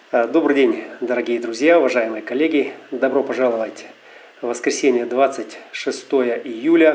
Добрый день, дорогие друзья, уважаемые коллеги. Добро пожаловать в воскресенье, 26 июля,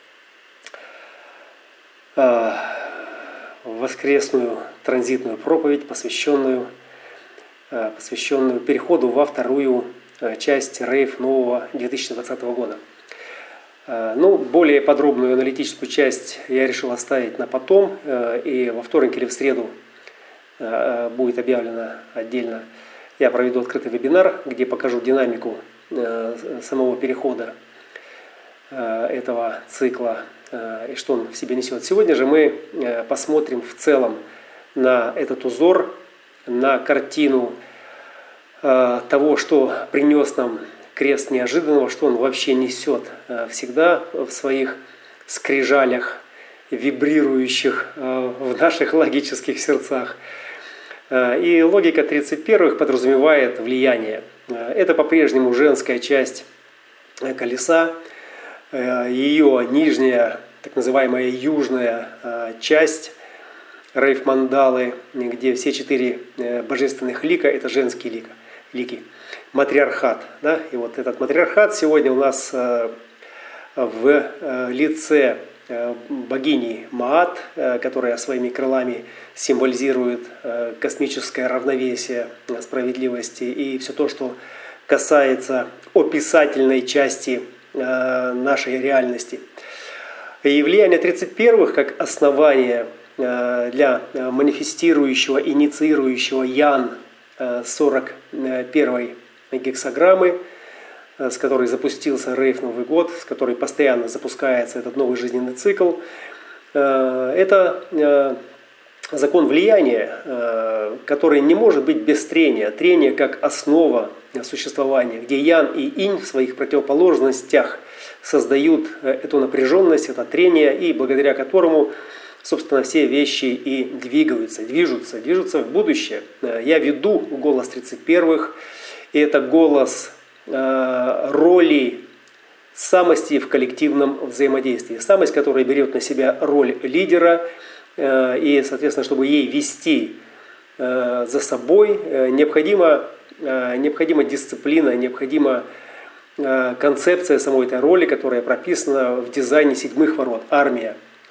в воскресную транзитную проповедь, посвященную переходу во вторую часть рейв нового 2020 года. Более подробную аналитическую часть я решил оставить на потом, и во вторник или в среду будет объявлено отдельно. Я проведу открытый вебинар, где покажу динамику самого перехода этого цикла и что он в себе несет. Сегодня же мы посмотрим в целом на этот узор, на картину того, что принес нам крест неожиданного, что он вообще несет всегда в своих скрижалях, вибрирующих в наших логических сердцах. И логика 31-х подразумевает влияние. Это по-прежнему женская часть колеса, ее нижняя, так называемая южная часть рейв-мандалы, где все 4 божественных лика – это женские лики. Матриархат. Да? И вот этот матриархат сегодня у нас в лице богини Маат, которая своими крылами символизирует космическое равновесие, справедливости и все то, что касается описательной части нашей реальности. И влияние 31-х как основание для манифестирующего, инициирующего Ян 41-й гексаграммы, с которой запустился рейв Новый год, с которой постоянно запускается этот новый жизненный цикл. Это закон влияния, который не может быть без трения. Трение как основа существования, где Ян и Инь в своих противоположностях создают эту напряженность, это трение, и благодаря которому, собственно, все вещи и движутся в будущее. Я веду голос 31-х, и это голос роли самости в коллективном взаимодействии. Самость, которая берет на себя роль лидера, и, соответственно, чтобы ей вести за собой, необходима дисциплина, необходима концепция самой этой роли, которая прописана в дизайне 7 ворот. Армия.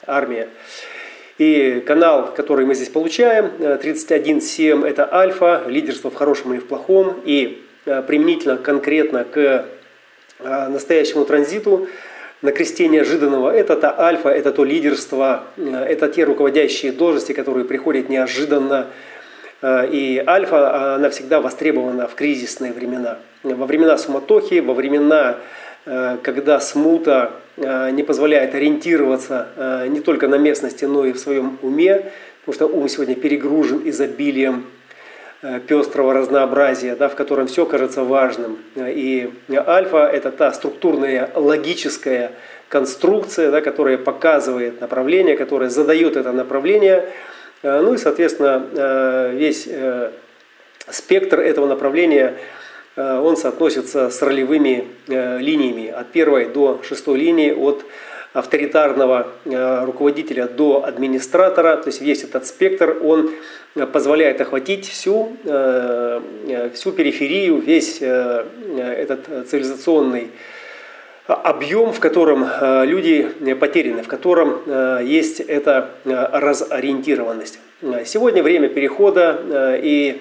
И канал, который мы здесь получаем, 31.7, это альфа, лидерство в хорошем или в плохом, и применительно конкретно к настоящему транзиту, на кресте неожиданного, это та альфа, это то лидерство, это те руководящие должности, которые приходят неожиданно. И альфа, она всегда востребована в кризисные времена. Во времена суматохи, во времена, когда смута не позволяет ориентироваться не только на местности, но и в своем уме, потому что ум сегодня перегружен изобилием пестрого разнообразия, да, в котором все кажется важным. И альфа – это та структурная логическая конструкция, да, которая показывает направление, которая задает это направление. Ну и, соответственно, весь спектр этого направления, он соотносится с ролевыми линиями от 1 до 6 линии, от авторитарного руководителя до администратора. То есть весь этот спектр, он позволяет охватить всю периферию, весь этот цивилизационный объем, в котором люди потеряны, в котором есть эта разориентированность. Сегодня время перехода и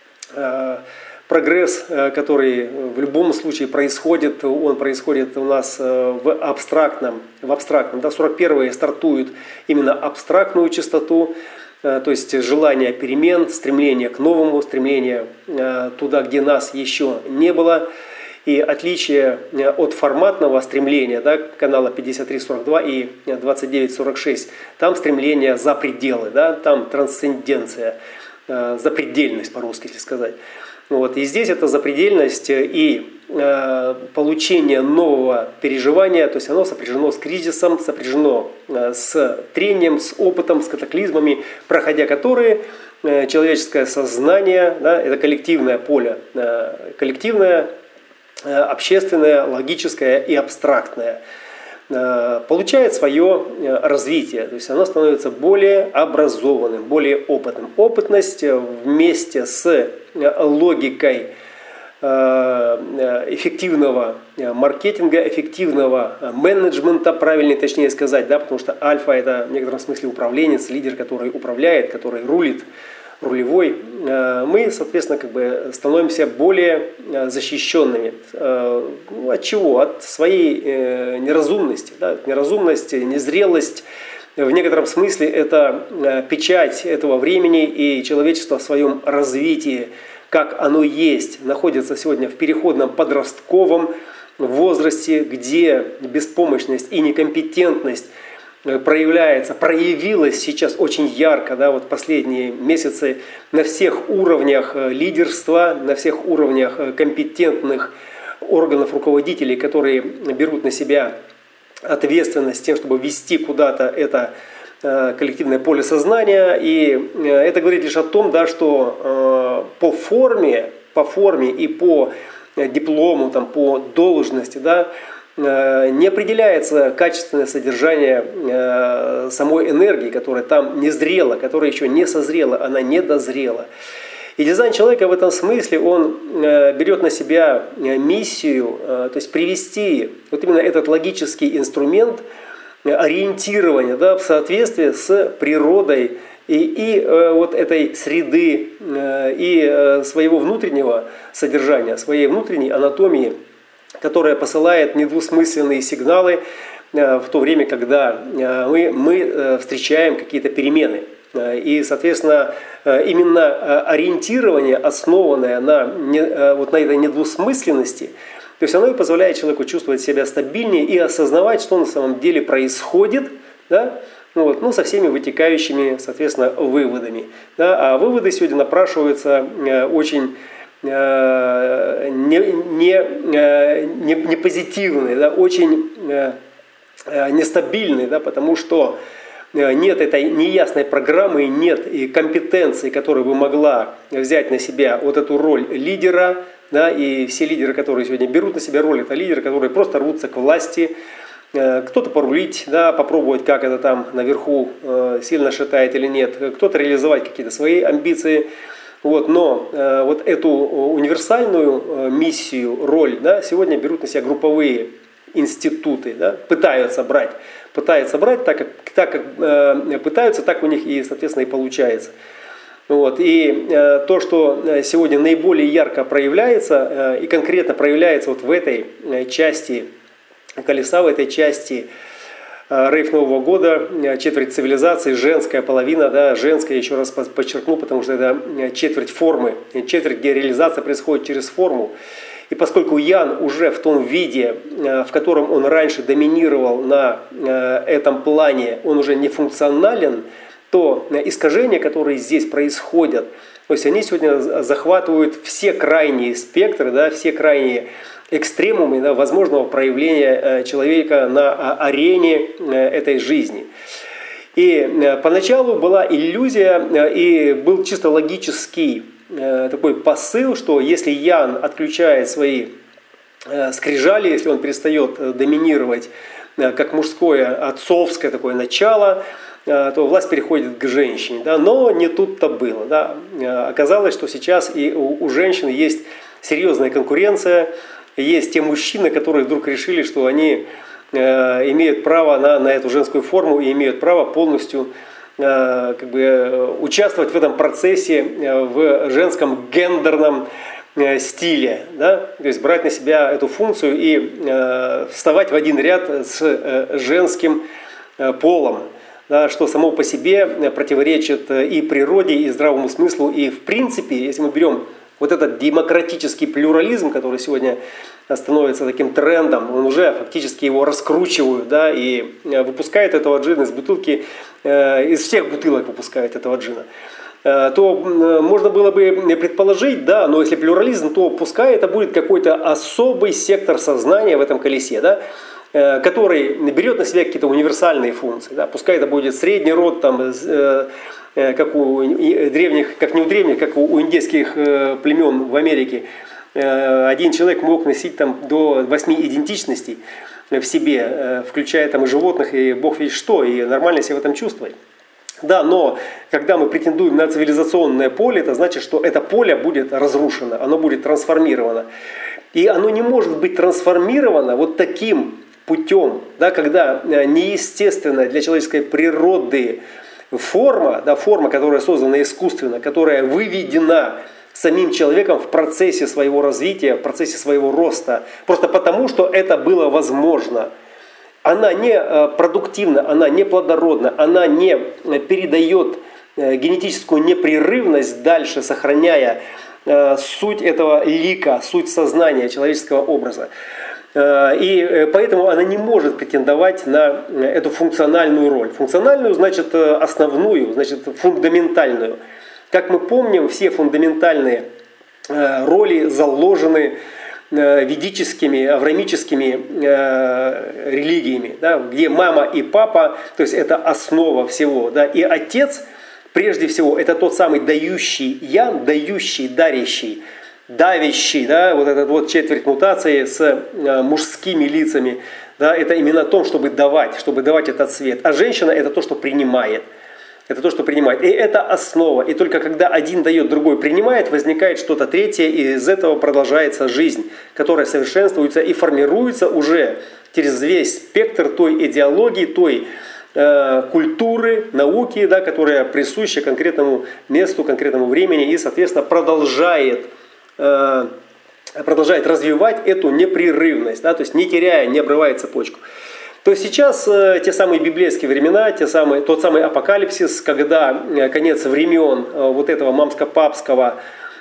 прогресс, который в любом случае происходит, он происходит у нас в абстрактном. Да, 41-е стартуют именно абстрактную частоту, то есть желание перемен, стремление к новому, стремление туда, где нас еще не было. И отличие от форматного стремления, да, канала 5342 и 2946, там стремление за пределы, да, там трансценденция, запредельность по-русски, если сказать. Вот. И здесь это запредельность и получение нового переживания, то есть оно сопряжено с кризисом, сопряжено с трением, с опытом, с катаклизмами, проходя которые человеческое сознание, да, это коллективное поле, коллективное, общественное, логическое и абстрактное. получает свое развитие, то есть оно становится более образованным, более опытным. Опытность вместе с логикой эффективного маркетинга, эффективного менеджмента, правильнее точнее сказать, да, потому что альфа – это в некотором смысле управленец, лидер, который управляет, который рулит, рулевой. Мы, соответственно, становимся более защищенными. От чего? От своей неразумности. Да? Неразумность, незрелость. В некотором смысле это печать этого времени, и человечество в своем развитии, как оно есть, находится сегодня в переходном подростковом возрасте, где беспомощность и некомпетентность проявилась сейчас очень ярко, да, вот последние месяцы на всех уровнях лидерства, на всех уровнях компетентных органов руководителей, которые берут на себя ответственность тем, чтобы вести куда-то это коллективное поле сознания. И это говорит лишь о том, да, что по форме и по диплому, там, по должности, да, не определяется качественное содержание самой энергии, которая там не зрела, которая еще не созрела, она не дозрела. И дизайн человека в этом смысле, он берет на себя миссию, то есть привести вот именно этот логический инструмент ориентирования, да, в соответствии с природой и вот этой среды и своего внутреннего содержания, своей внутренней анатомии, которая посылает недвусмысленные сигналы в то время, когда мы встречаем какие-то перемены. И, соответственно, именно ориентирование, основанное вот на этой недвусмысленности, то есть оно и позволяет человеку чувствовать себя стабильнее и осознавать, что на самом деле происходит, да, вот, ну, со всеми вытекающими, соответственно, выводами. Да. А выводы сегодня напрашиваются очень не позитивные, да, очень нестабильные, да, потому что нет этой неясной программы, нет и компетенции, которая бы могла взять на себя вот эту роль лидера, да, и все лидеры, которые сегодня берут на себя роль, это лидеры, которые просто рвутся к власти, кто-то порулить, да, попробовать, как это там наверху сильно шатает или нет, кто-то реализовать какие-то свои амбиции. Вот, но вот эту универсальную миссию, роль, да, сегодня берут на себя групповые институты, да, пытаются брать так как пытаются, так у них и, соответственно, и получается. Вот, и то, что сегодня наиболее ярко проявляется и конкретно проявляется вот в этой части колеса, в этой части рейв Нового года, четверть цивилизации, женская половина, да, женская, еще раз подчеркну, потому что это четверть формы, четверть, где реализация происходит через форму. И поскольку Ян уже в том виде, в котором он раньше доминировал на этом плане, он уже не функционален, то искажения, которые здесь происходят, то есть они сегодня захватывают все крайние спектры, да, все крайние экстремумы, да, возможного проявления человека на арене этой жизни. И поначалу была иллюзия и был чисто логический такой посыл, что если Ян отключает свои скрижали, если он перестает доминировать как мужское, отцовское такое начало, то власть переходит к женщине. Да? Но не тут-то было. Да? Оказалось, что сейчас и у женщин есть серьезная конкуренция, есть те мужчины, которые вдруг решили, что они имеют право на эту женскую форму и имеют право полностью участвовать в этом процессе в женском гендерном стиле, да? То есть брать на себя эту функцию и вставать в один ряд с женским полом, да, что само по себе противоречит и природе, и здравому смыслу, и в принципе, если мы берем вот этот демократический плюрализм, который сегодня становится таким трендом, он уже фактически его раскручивают, да, и выпускают этого джина из бутылки, из всех бутылок выпускают этого джина, то можно было бы предположить, да, но если плюрализм, то пускай это будет какой-то особый сектор сознания в этом колесе, да, который берет на себя какие-то универсальные функции. Да, пускай это будет средний род, там, как у древних, как не у древних, как у индейских племен в Америке. Один человек мог носить там до 8 идентичностей. в себе, включая там и животных, и бог весть что, и нормально себя в этом чувствовать. Да, но когда мы претендуем на цивилизационное поле, это значит, что это поле будет разрушено, оно будет трансформировано. И оно не может быть трансформировано вот таким путем, да, когда неестественная для человеческой природы форма, да, форма, которая создана искусственно, которая выведена самим человеком в процессе своего развития, в процессе своего роста, просто потому, что это было возможно. Она не продуктивна, она не плодородна, она не передает генетическую непрерывность дальше, сохраняя суть этого лика, суть сознания человеческого образа. И поэтому она не может претендовать на эту функциональную роль. Функциональную значит основную, значит фундаментальную. Как мы помним, все фундаментальные роли заложены ведическими, авраамическими религиями, да, где мама и папа, то есть это основа всего. Да, и отец, прежде всего, это тот самый дающий ян, дающий, дарящий, давящий, да, вот этот вот четверть мутации с мужскими лицами, да, это именно о том, чтобы давать этот свет. А женщина это то, что принимает. Это то, что принимает. И это основа. И только когда один дает, другой принимает, возникает что-то третье, и из этого продолжается жизнь, которая совершенствуется и формируется уже через весь спектр той идеологии, той культуры, науки, да, которая присуща конкретному месту, конкретному времени и, соответственно, продолжает развивать эту непрерывность, да, то есть не теряя, не обрывая цепочку. То есть сейчас те самые библейские времена, тот самый апокалипсис, когда конец времен вот этого мамско-папского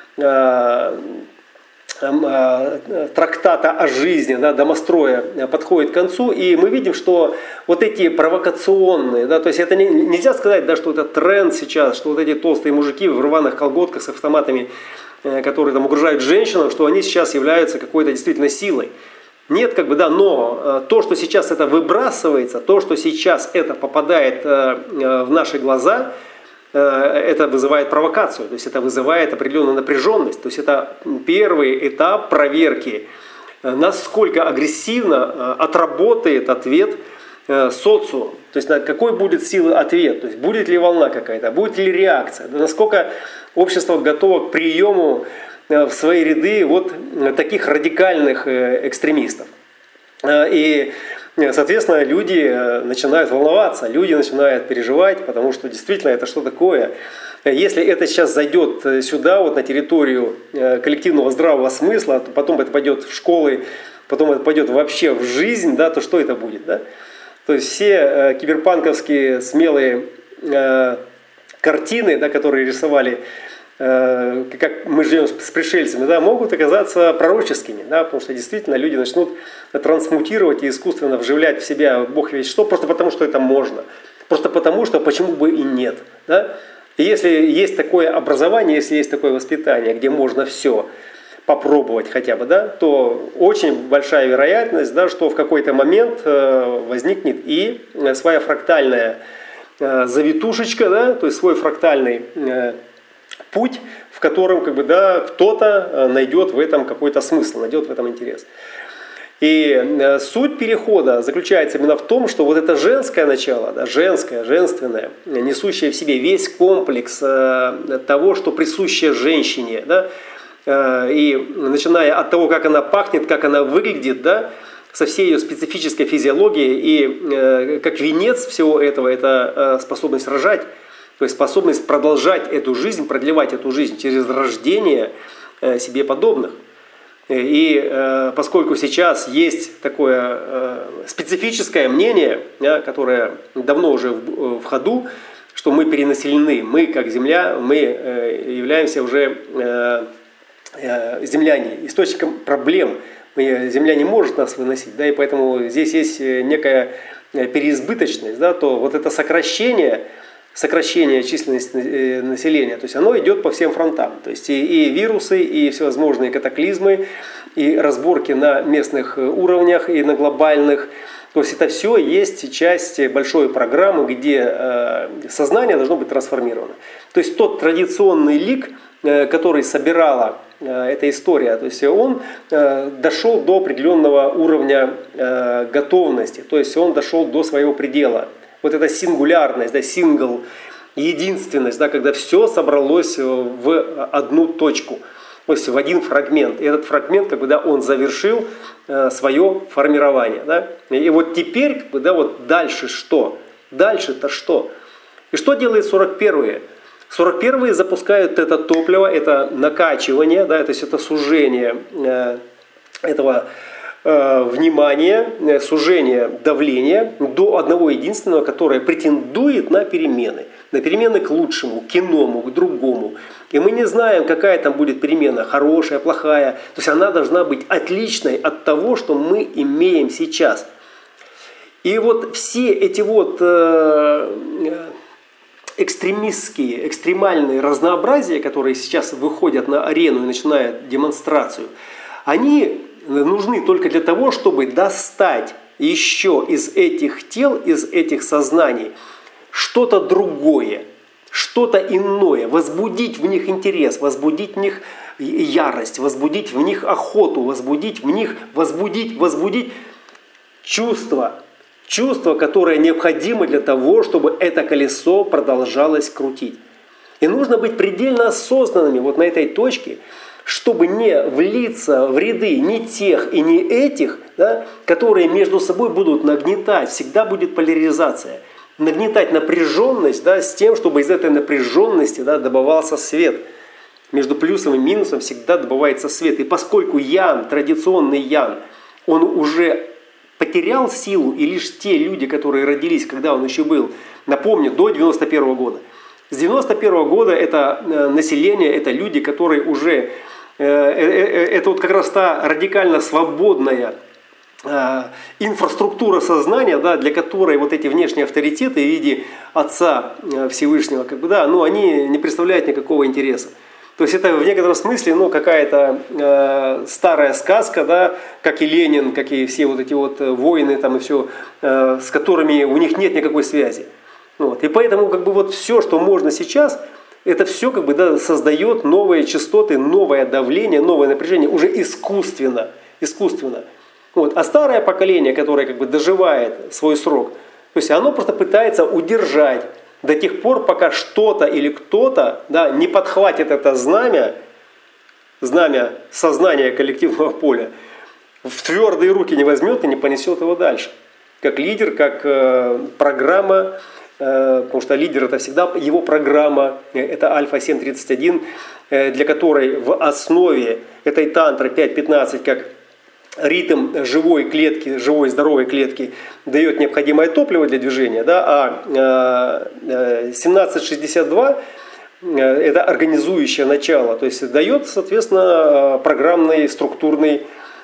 трактата о жизни, да, домостроя подходит к концу, и мы видим, что вот эти провокационные, да, то есть это нельзя сказать, да, что это тренд сейчас, что вот эти толстые мужики в рваных колготках с автоматами, которые там угрожают женщинам, что они сейчас являются какой-то действительно силой. Нет, как бы, да, но то, что сейчас это выбрасывается, то, что сейчас это попадает в наши глаза, это вызывает провокацию, то есть это вызывает определенную напряженность. То есть это первый этап проверки, насколько агрессивно отработает ответ социум. То есть какой будет силы ответ, то есть будет ли волна какая-то, будет ли реакция, насколько общество готово к приему в свои ряды вот таких радикальных экстремистов. И, соответственно, люди начинают волноваться, люди начинают переживать, потому что действительно это что такое. Если это сейчас зайдет сюда, вот на территорию коллективного здравого смысла, то потом это пойдет в школы, потом это пойдет вообще в жизнь, да, то что это будет? Да? То есть все киберпанковские смелые картины, да, которые рисовали, как мы живем с пришельцами, да, могут оказаться пророческими, да, потому что действительно люди начнут трансмутировать и искусственно вживлять в себя бог весть что, просто потому что это можно, просто потому что почему бы и нет. Да? И если есть такое образование, если есть такое воспитание, где можно все попробовать хотя бы, да, то очень большая вероятность, да, что в какой-то момент возникнет и своя фрактальная завитушечка, да, то есть свой фрактальный путь, в котором как бы, да, кто-то найдет в этом какой-то смысл, найдет в этом интерес. И суть перехода заключается именно в том, что вот это женское начало, да, женское, женственное, несущее в себе весь комплекс того, что присуще женщине, да, и начиная от того, как она пахнет, как она выглядит, да, со всей ее специфической физиологией, и как венец всего этого, это способность рожать. То есть способность продолжать эту жизнь, продлевать эту жизнь через рождение себе подобных. И поскольку сейчас есть такое специфическое мнение, которое давно уже в ходу, что мы перенаселены, мы как Земля, мы являемся уже земляне, источником проблем. Земля не может нас выносить, да, и поэтому здесь есть некая переизбыточность, да, то вот это сокращение численности населения, то есть оно идет по всем фронтам. То есть и вирусы, и всевозможные катаклизмы, и разборки на местных уровнях, и на глобальных. То есть это все есть часть большой программы, где сознание должно быть трансформировано. То есть тот традиционный лик, который собирала эта история. То есть он дошел до определенного уровня готовности, то есть он дошел до своего предела. Вот эта сингулярность, да, сингл, единственность, да, когда все собралось в одну точку, то есть в один фрагмент. И этот фрагмент, как бы, да, он завершил свое формирование. Да? И вот теперь, как бы, да, вот дальше что? Дальше-то что? И что делает 41-е? 41-е запускают это топливо, это накачивание, да, то есть это сужение этого внимания, сужение давления до одного единственного, которое претендует на перемены к лучшему, к иному, к другому. И мы не знаем, какая там будет перемена, хорошая, плохая. То есть она должна быть отличной от того, что мы имеем сейчас. И вот все эти вот экстремистские, экстремальные разнообразия, которые сейчас выходят на арену и начинают демонстрацию, они нужны только для того, чтобы достать еще из этих тел, из этих сознаний что-то другое, что-то иное, возбудить в них интерес, возбудить в них ярость, возбудить в них охоту, возбудить чувство, которое необходимо для того, чтобы это колесо продолжалось крутить. И нужно быть предельно осознанными вот на этой точке, чтобы не влиться в ряды ни тех и ни этих, да, которые между собой будут нагнетать. Всегда будет поляризация. Нагнетать напряженность, да, с тем, чтобы из этой напряженности, да, добывался свет. Между плюсом и минусом всегда добывается свет. И поскольку ян, традиционный ян, он уже потерял силу, и лишь те люди, которые родились, когда он еще был, напомню, до 91 года. С 91 года это население, это люди, которые уже, это вот как раз та радикально свободная инфраструктура сознания, да, для которой вот эти внешние авторитеты в виде Отца Всевышнего, как бы, да, ну, они не представляют никакого интереса. То есть это в некотором смысле, ну, какая-то старая сказка, да, как и Ленин, как и все вот эти вот воины там и все, с которыми у них нет никакой связи. Вот. И поэтому как бы вот все, что можно сейчас, это все как бы, да, создает новые частоты, новое давление, новое напряжение уже искусственно. Вот. А старое поколение, которое как бы доживает свой срок, то есть оно просто пытается удержать до тех пор, пока что-то или кто-то, да, не подхватит это знамя сознания коллективного поля, в твердые руки не возьмет и не понесет его дальше. Как лидер, как программа, потому что лидер это всегда его программа, это Альфа-731, для которой в основе этой тантры 5.15 как ритм живой клетки, живой здоровой клетки дает необходимое топливо для движения, да, а 1762 это организующее начало, то есть дает, соответственно, программный структурный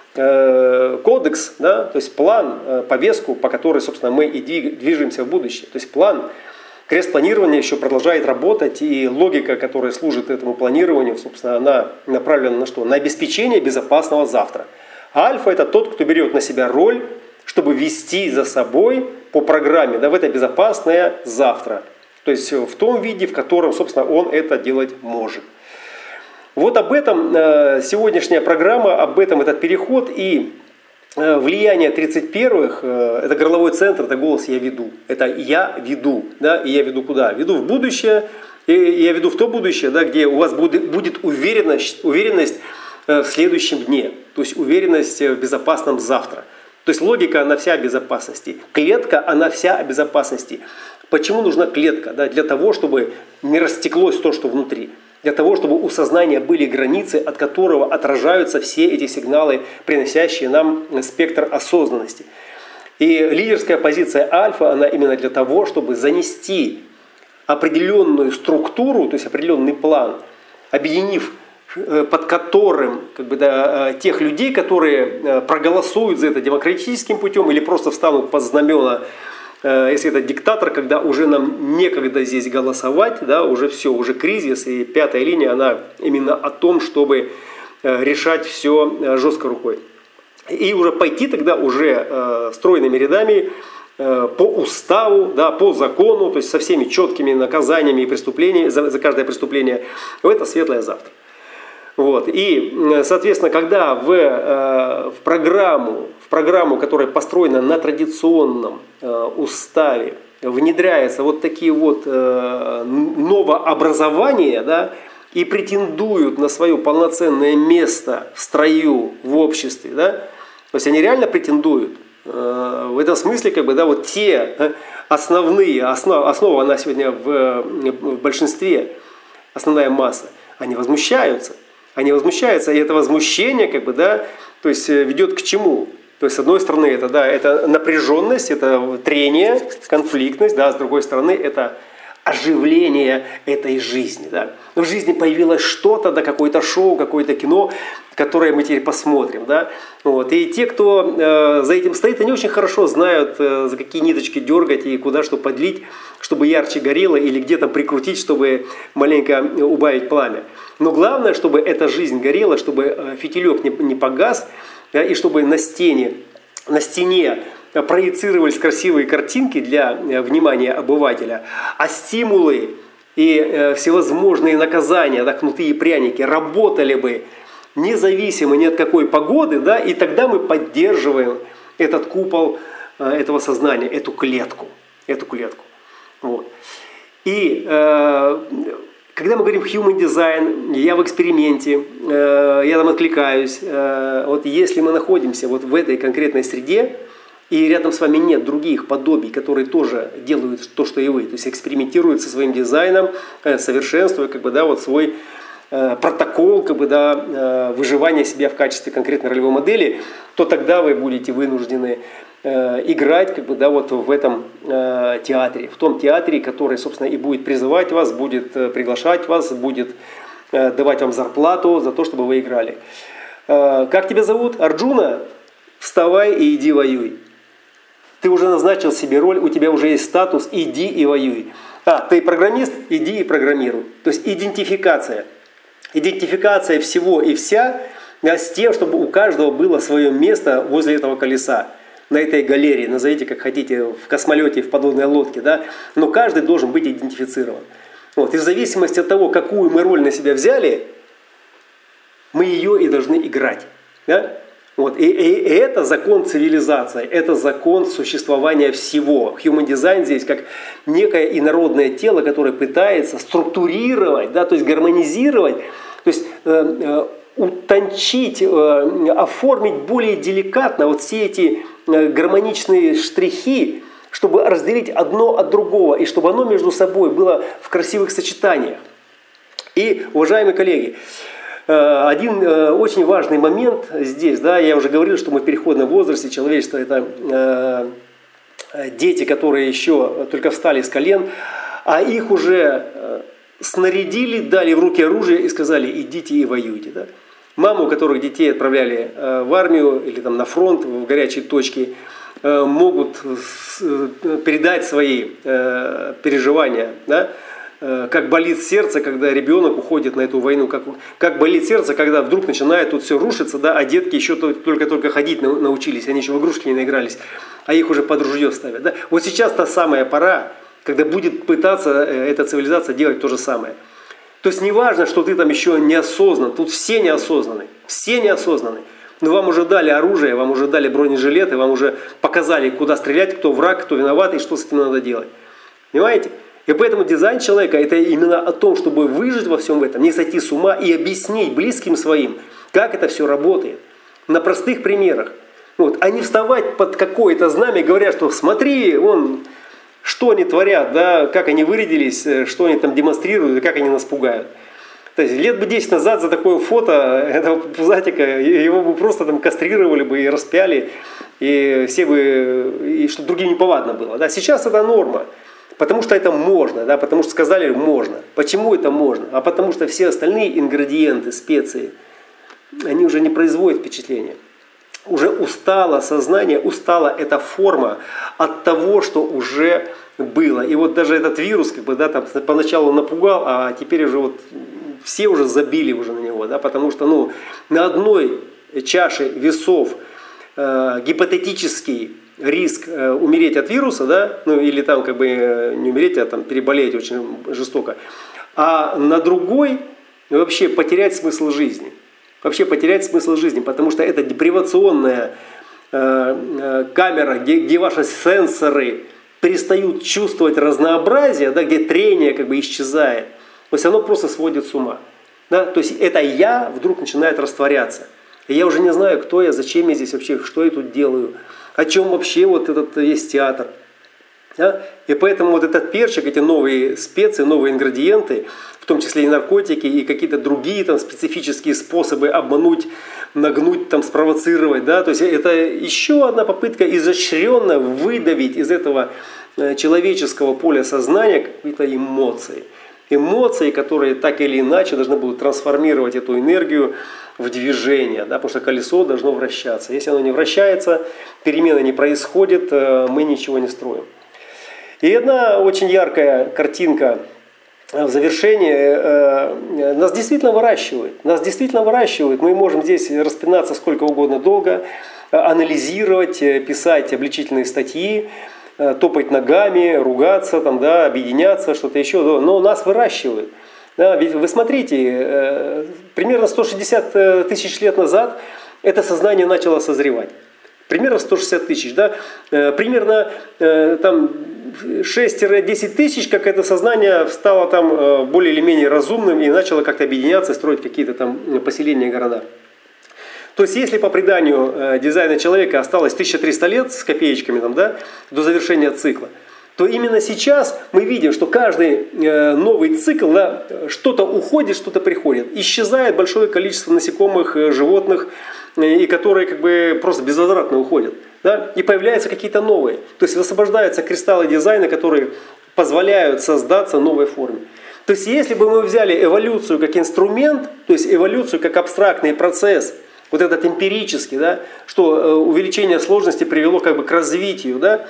кодекс, да, то есть план, повестку, по которой, собственно, мы и движемся в будущее. То есть план, крест планирования еще продолжает работать, и логика, которая служит этому планированию, собственно, она направлена на что? На обеспечение безопасного завтра. А альфа – это тот, кто берет на себя роль, чтобы вести за собой по программе, да, в это безопасное завтра. То есть в том виде, в котором, собственно, он это делать может. Вот об этом сегодняшняя программа, об этом этот переход и влияние 31-х, это горловой центр, это голос «я веду». Это «я веду». Да? И я веду куда? Веду в будущее, и я веду в то будущее, да, где у вас будет уверенность в следующем дне. То есть уверенность в безопасном завтра. То есть логика, она вся о безопасности. Клетка, она вся о безопасности. Почему нужна клетка? Да? Для того, чтобы не растеклось то, что внутри. Для того, чтобы у сознания были границы, от которого отражаются все эти сигналы, приносящие нам спектр осознанности. И лидерская позиция альфа, она именно для того, чтобы занести определенную структуру, то есть определенный план, объединив под которым как бы, да, тех людей, которые проголосуют за это демократическим путем или просто встанут под знамена, если это диктатор, когда уже нам некогда здесь голосовать, да, уже все, уже кризис, и пятая линия, она именно о том, чтобы решать все жестко рукой. И уже пойти тогда уже стройными рядами по уставу, да, по закону, то есть со всеми четкими наказаниями и преступлениями за каждое преступление в это светлое завтра. Вот. И, соответственно, когда в программу, которая построена на традиционном уставе, внедряются вот такие вот новообразования, да, и претендуют на свое полноценное место в строю, в обществе, да, то есть они реально претендуют. В этом смысле, как бы, да, вот те основные, основа она сегодня в большинстве, основная масса, они возмущаются. И это возмущение, как бы, да, то есть ведет к чему? То есть, с одной стороны, это, да, это напряженность, это трение, конфликтность, да, с другой стороны, это оживление этой жизни. Да. В жизни появилось что-то, да, какое-то шоу, какое-то кино, которое мы теперь посмотрим. Да. Вот. И те, кто за этим стоит, они очень хорошо знают, за какие ниточки дергать и куда что подлить, чтобы ярче горело, или где-то прикрутить, чтобы маленько убавить пламя. Но главное, чтобы эта жизнь горела, чтобы фитилек не погас, да, и чтобы на стене проецировались красивые картинки для внимания обывателя, а стимулы и всевозможные наказания, да, кнуты и пряники работали бы независимо ни от какой погоды, да, и тогда мы поддерживаем этот купол этого сознания, эту клетку. Вот. И когда мы говорим human design, я в эксперименте, я там откликаюсь. Вот если мы находимся вот в этой конкретной среде, и рядом с вами нет других подобий, которые тоже делают то, что и вы, то есть экспериментируют со своим дизайном, совершенствуя, как бы, да, вот свой протокол, как бы, да, выживания себя в качестве конкретной ролевой модели, то тогда вы будете вынуждены играть, как бы, да, вот в этом театре, в том театре, который, собственно, и будет призывать вас, будет приглашать вас, будет давать вам зарплату за то, чтобы вы играли. Как тебя зовут? Арджуна? Вставай и иди воюй. Ты уже назначил себе роль, у тебя уже есть статус, иди и воюй. Ты программист? Иди и программируй. То есть идентификация. Идентификация всего и вся, да, с тем, чтобы у каждого было свое место возле этого колеса. На этой галерее, назовите как хотите, в космолете, в подводной лодке, да, но каждый должен быть идентифицирован. Вот. И в зависимости от того, какую мы роль на себя взяли, мы ее и должны играть. Да? Вот. И это закон цивилизации, это закон существования всего. Human Design здесь как некое инородное тело, которое пытается структурировать, да, то есть гармонизировать, то есть утончить, оформить более деликатно вот все эти гармоничные штрихи, чтобы разделить одно от другого, и чтобы оно между собой было в красивых сочетаниях. И, уважаемые коллеги, один очень важный момент здесь, да, я уже говорил, что мы в переходном возрасте, человечество это дети, которые еще только встали с колен, а их уже снарядили, дали в руки оружие и сказали: идите и воюйте. Да? Мамы, у которых детей отправляли в армию или там, на фронт, в горячие точки, могут передать свои переживания, да? Как болит сердце, когда ребенок уходит на эту войну, как болит сердце, когда вдруг начинает тут все рушиться, да, а детки еще только ходить научились, они еще в игрушки не наигрались, а их уже под ружье ставят. Да? Вот сейчас та самая пора, когда будет пытаться эта цивилизация делать то же самое. То есть не важно, что ты там еще неосознан, тут все неосознаны, но вам уже дали оружие, вам уже дали бронежилеты, вам уже показали, куда стрелять, кто враг, кто виноват и что с этим надо делать. Понимаете? И поэтому дизайн человека – это именно о том, чтобы выжить во всем этом, не сойти с ума и объяснить близким своим, как это все работает. На простых примерах. Вот. А не вставать под какое-то знамя и говорят, что смотри, что они творят, да, как они вырядились, что они там демонстрируют и как они нас пугают. То есть лет бы 10 назад за такое фото этого пузатика его бы просто там кастрировали бы и распяли, и все бы, и чтобы другим неповадно было. Да. Сейчас это норма. Потому что это можно, да, потому что сказали можно. Почему это можно? А потому что все остальные ингредиенты, специи, они уже не производят впечатления. Уже устало сознание, устала эта форма от того, что уже было. И вот даже этот вирус, как бы, да, там поначалу напугал, а теперь уже вот все уже забили уже на него, да, потому что на одной чаше весов гипотетический риск умереть от вируса, да, или там как бы не умереть, а там переболеть очень жестоко, а на другой вообще потерять смысл жизни. Вообще потерять смысл жизни, потому что это депривационная камера, где ваши сенсоры перестают чувствовать разнообразие, да, где трение как бы исчезает. То есть оно просто сводит с ума. Да? То есть это я вдруг начинает растворяться. И я уже не знаю, кто я, зачем я здесь вообще, что я тут делаю, о чем вообще вот этот есть театр. Да? И поэтому вот этот перчик, эти новые специи, новые ингредиенты, в том числе и наркотики, и какие-то другие там специфические способы обмануть, нагнуть, там, спровоцировать. Да? То есть это еще одна попытка изощренно выдавить из этого человеческого поля сознания какие-то эмоции. Эмоции, которые так или иначе должны будут трансформировать эту энергию в движение, да, потому что колесо должно вращаться. Если оно не вращается, перемена не происходит, мы ничего не строим. И одна очень яркая картинка в завершении. Нас действительно выращивают. Нас действительно выращивают. Мы можем здесь распинаться сколько угодно долго, анализировать, писать обличительные статьи, топать ногами, ругаться, там, да, объединяться, что-то еще. Но нас выращивают. Да, ведь вы смотрите, примерно 160 тысяч лет назад это сознание начало созревать. Примерно 160 тысяч. Да? Примерно там 6-10 тысяч, как это сознание стало там более или менее разумным и начало как-то объединяться, строить какие-то там поселения, города. То есть, если по преданию дизайна человека осталось 1300 лет с копеечками там, да, до завершения цикла, то именно сейчас мы видим, что каждый новый цикл, да, что-то уходит, что-то приходит. Исчезает большое количество насекомых, животных, и которые как бы просто безвозвратно уходят. Да, и появляются какие-то новые. То есть высвобождаются кристаллы дизайна, которые позволяют создаться новой форме. То есть если бы мы взяли эволюцию как инструмент, то есть эволюцию как абстрактный процесс, вот этот эмпирический, да, что увеличение сложности привело как бы к развитию, да,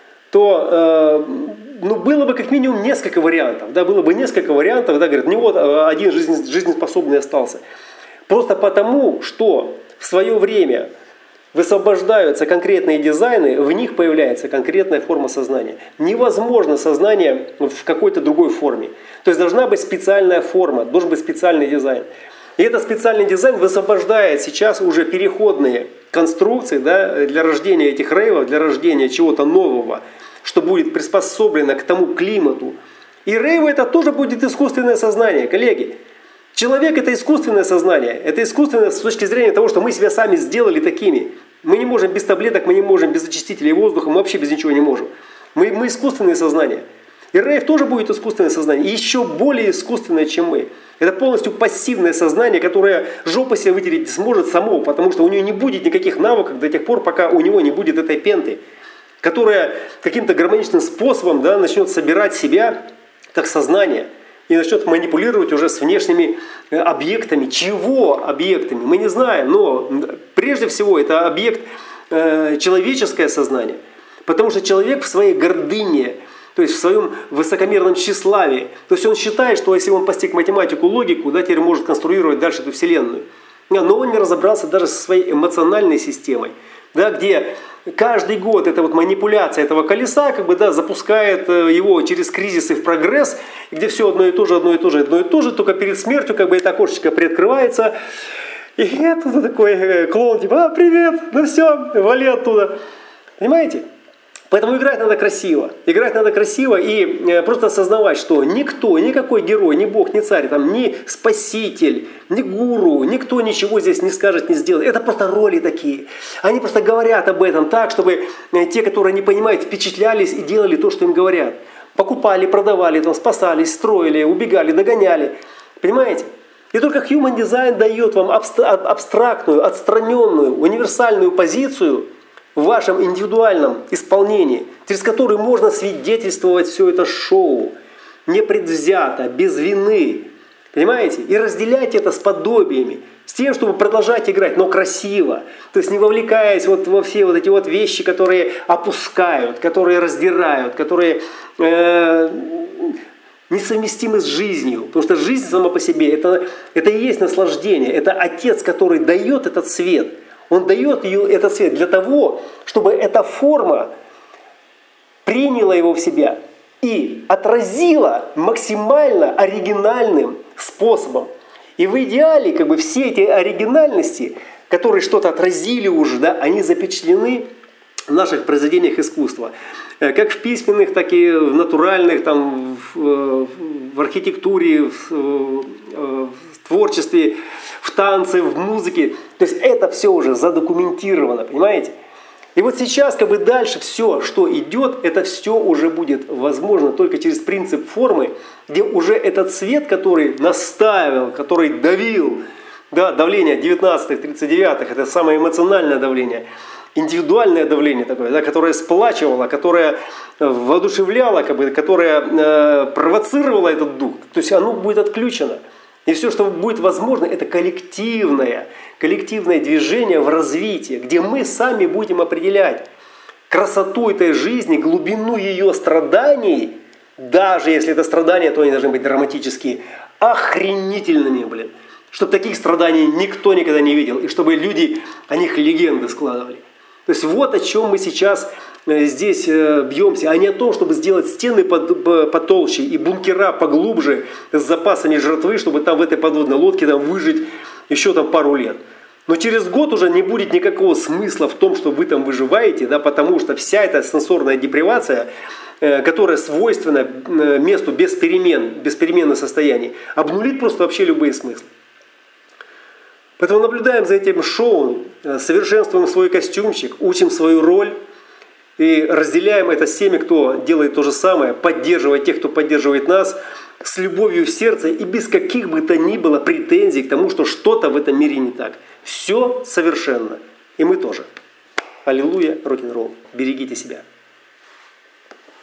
то было бы как минимум несколько вариантов. Да, было бы несколько вариантов, да, говорят, не вот один жизнеспособный остался. Просто потому, что в свое время высвобождаются конкретные дизайны, в них появляется конкретная форма сознания. Невозможно сознание в какой-то другой форме. То есть должна быть специальная форма, должен быть специальный дизайн. И этот специальный дизайн высвобождает сейчас уже переходные конструкции, да, для рождения этих рейвов, для рождения чего-то нового, что будет приспособлено к тому климату. И рейвы это тоже будет искусственное сознание, коллеги. Человек это искусственное сознание. Это искусственное с точки зрения того, что мы себя сами сделали такими. Мы не можем без таблеток, мы не можем без очистителей воздуха, мы вообще без ничего не можем. Мы искусственное сознание. И рейв тоже будет искусственное сознание. И еще более искусственное, чем мы. Это полностью пассивное сознание, которое жопу себе вытереть не сможет само, потому что у него не будет никаких навыков до тех пор, пока у него не будет этой пенты, которая каким-то гармоничным способом, да, начнет собирать себя как сознание и начнет манипулировать уже с внешними объектами. Чего объектами? Мы не знаем, но прежде всего это объект человеческое сознание. Потому что человек в своей гордыне, то есть в своем высокомерном тщеславии, то есть он считает, что если он постиг математику, логику, да, теперь может конструировать дальше эту вселенную. Но он не разобрался даже со своей эмоциональной системой, да, где каждый год эта вот манипуляция этого колеса как бы, да, запускает его через кризисы в прогресс, где все одно и то же, только перед смертью как бы это окошечко приоткрывается. И это такой клоун, типа, привет, ну все, вали оттуда. Понимаете? Поэтому играть надо красиво. Играть надо красиво и просто осознавать, что никто, никакой герой, ни бог, ни царь, там, ни спаситель, ни гуру, никто ничего здесь не скажет, не сделает. Это просто роли такие. Они просто говорят об этом так, чтобы те, которые не понимают, впечатлялись и делали то, что им говорят. Покупали, продавали, там, спасались, строили, убегали, догоняли. Понимаете? И только Human Design дает вам абстрактную, отстраненную, универсальную позицию в вашем индивидуальном исполнении, через который можно свидетельствовать все это шоу, непредвзято, без вины. Понимаете? И разделять это с подобиями, с тем, чтобы продолжать играть, но красиво. То есть не вовлекаясь вот во все вот эти вот вещи, которые опускают, которые раздирают, которые несовместимы с жизнью. Потому что жизнь сама по себе это и есть наслаждение. Это Отец, который дает этот свет. Он дает этот свет для того, чтобы эта форма приняла его в себя и отразила максимально оригинальным способом. И в идеале как бы все эти оригинальности, которые что-то отразили уже, да, они запечатлены в наших произведениях искусства. Как в письменных, так и в натуральных, там, в архитектуре, в творчестве, в танце, в музыке. То есть это все уже задокументировано, понимаете? И вот сейчас как бы дальше все, что идет, это все уже будет возможно только через принцип формы, где уже этот свет, который настаивал, который давил, да, давление 19-х, 39-х, это самое эмоциональное давление, индивидуальное давление такое, да, которое сплачивало, которое воодушевляло, как бы, которое провоцировало этот дух. То есть оно будет отключено. И все, что будет возможно, это коллективное движение в развитии, где мы сами будем определять красоту этой жизни, глубину ее страданий, даже если это страдания, то они должны быть драматические, охренительными, блин. Чтобы таких страданий никто никогда не видел, и чтобы люди о них легенды складывали. То есть вот о чем мы сейчас здесь бьемся, а не о том, чтобы сделать стены потолще и бункера поглубже с запасами жратвы, чтобы там в этой подводной лодке там выжить еще там пару лет. Но через год уже не будет никакого смысла в том, что вы там выживаете, да, потому что вся эта сенсорная депривация, которая свойственна месту беспеременных состояний, обнулит просто вообще любые смыслы. Поэтому наблюдаем за этим шоу, совершенствуем свой костюмчик, учим свою роль и разделяем это с теми, кто делает то же самое, поддерживая тех, кто поддерживает нас, с любовью в сердце и без каких бы то ни было претензий к тому, что что-то в этом мире не так. Все совершенно. И мы тоже. Аллилуйя, рок-н-ролл. Берегите себя.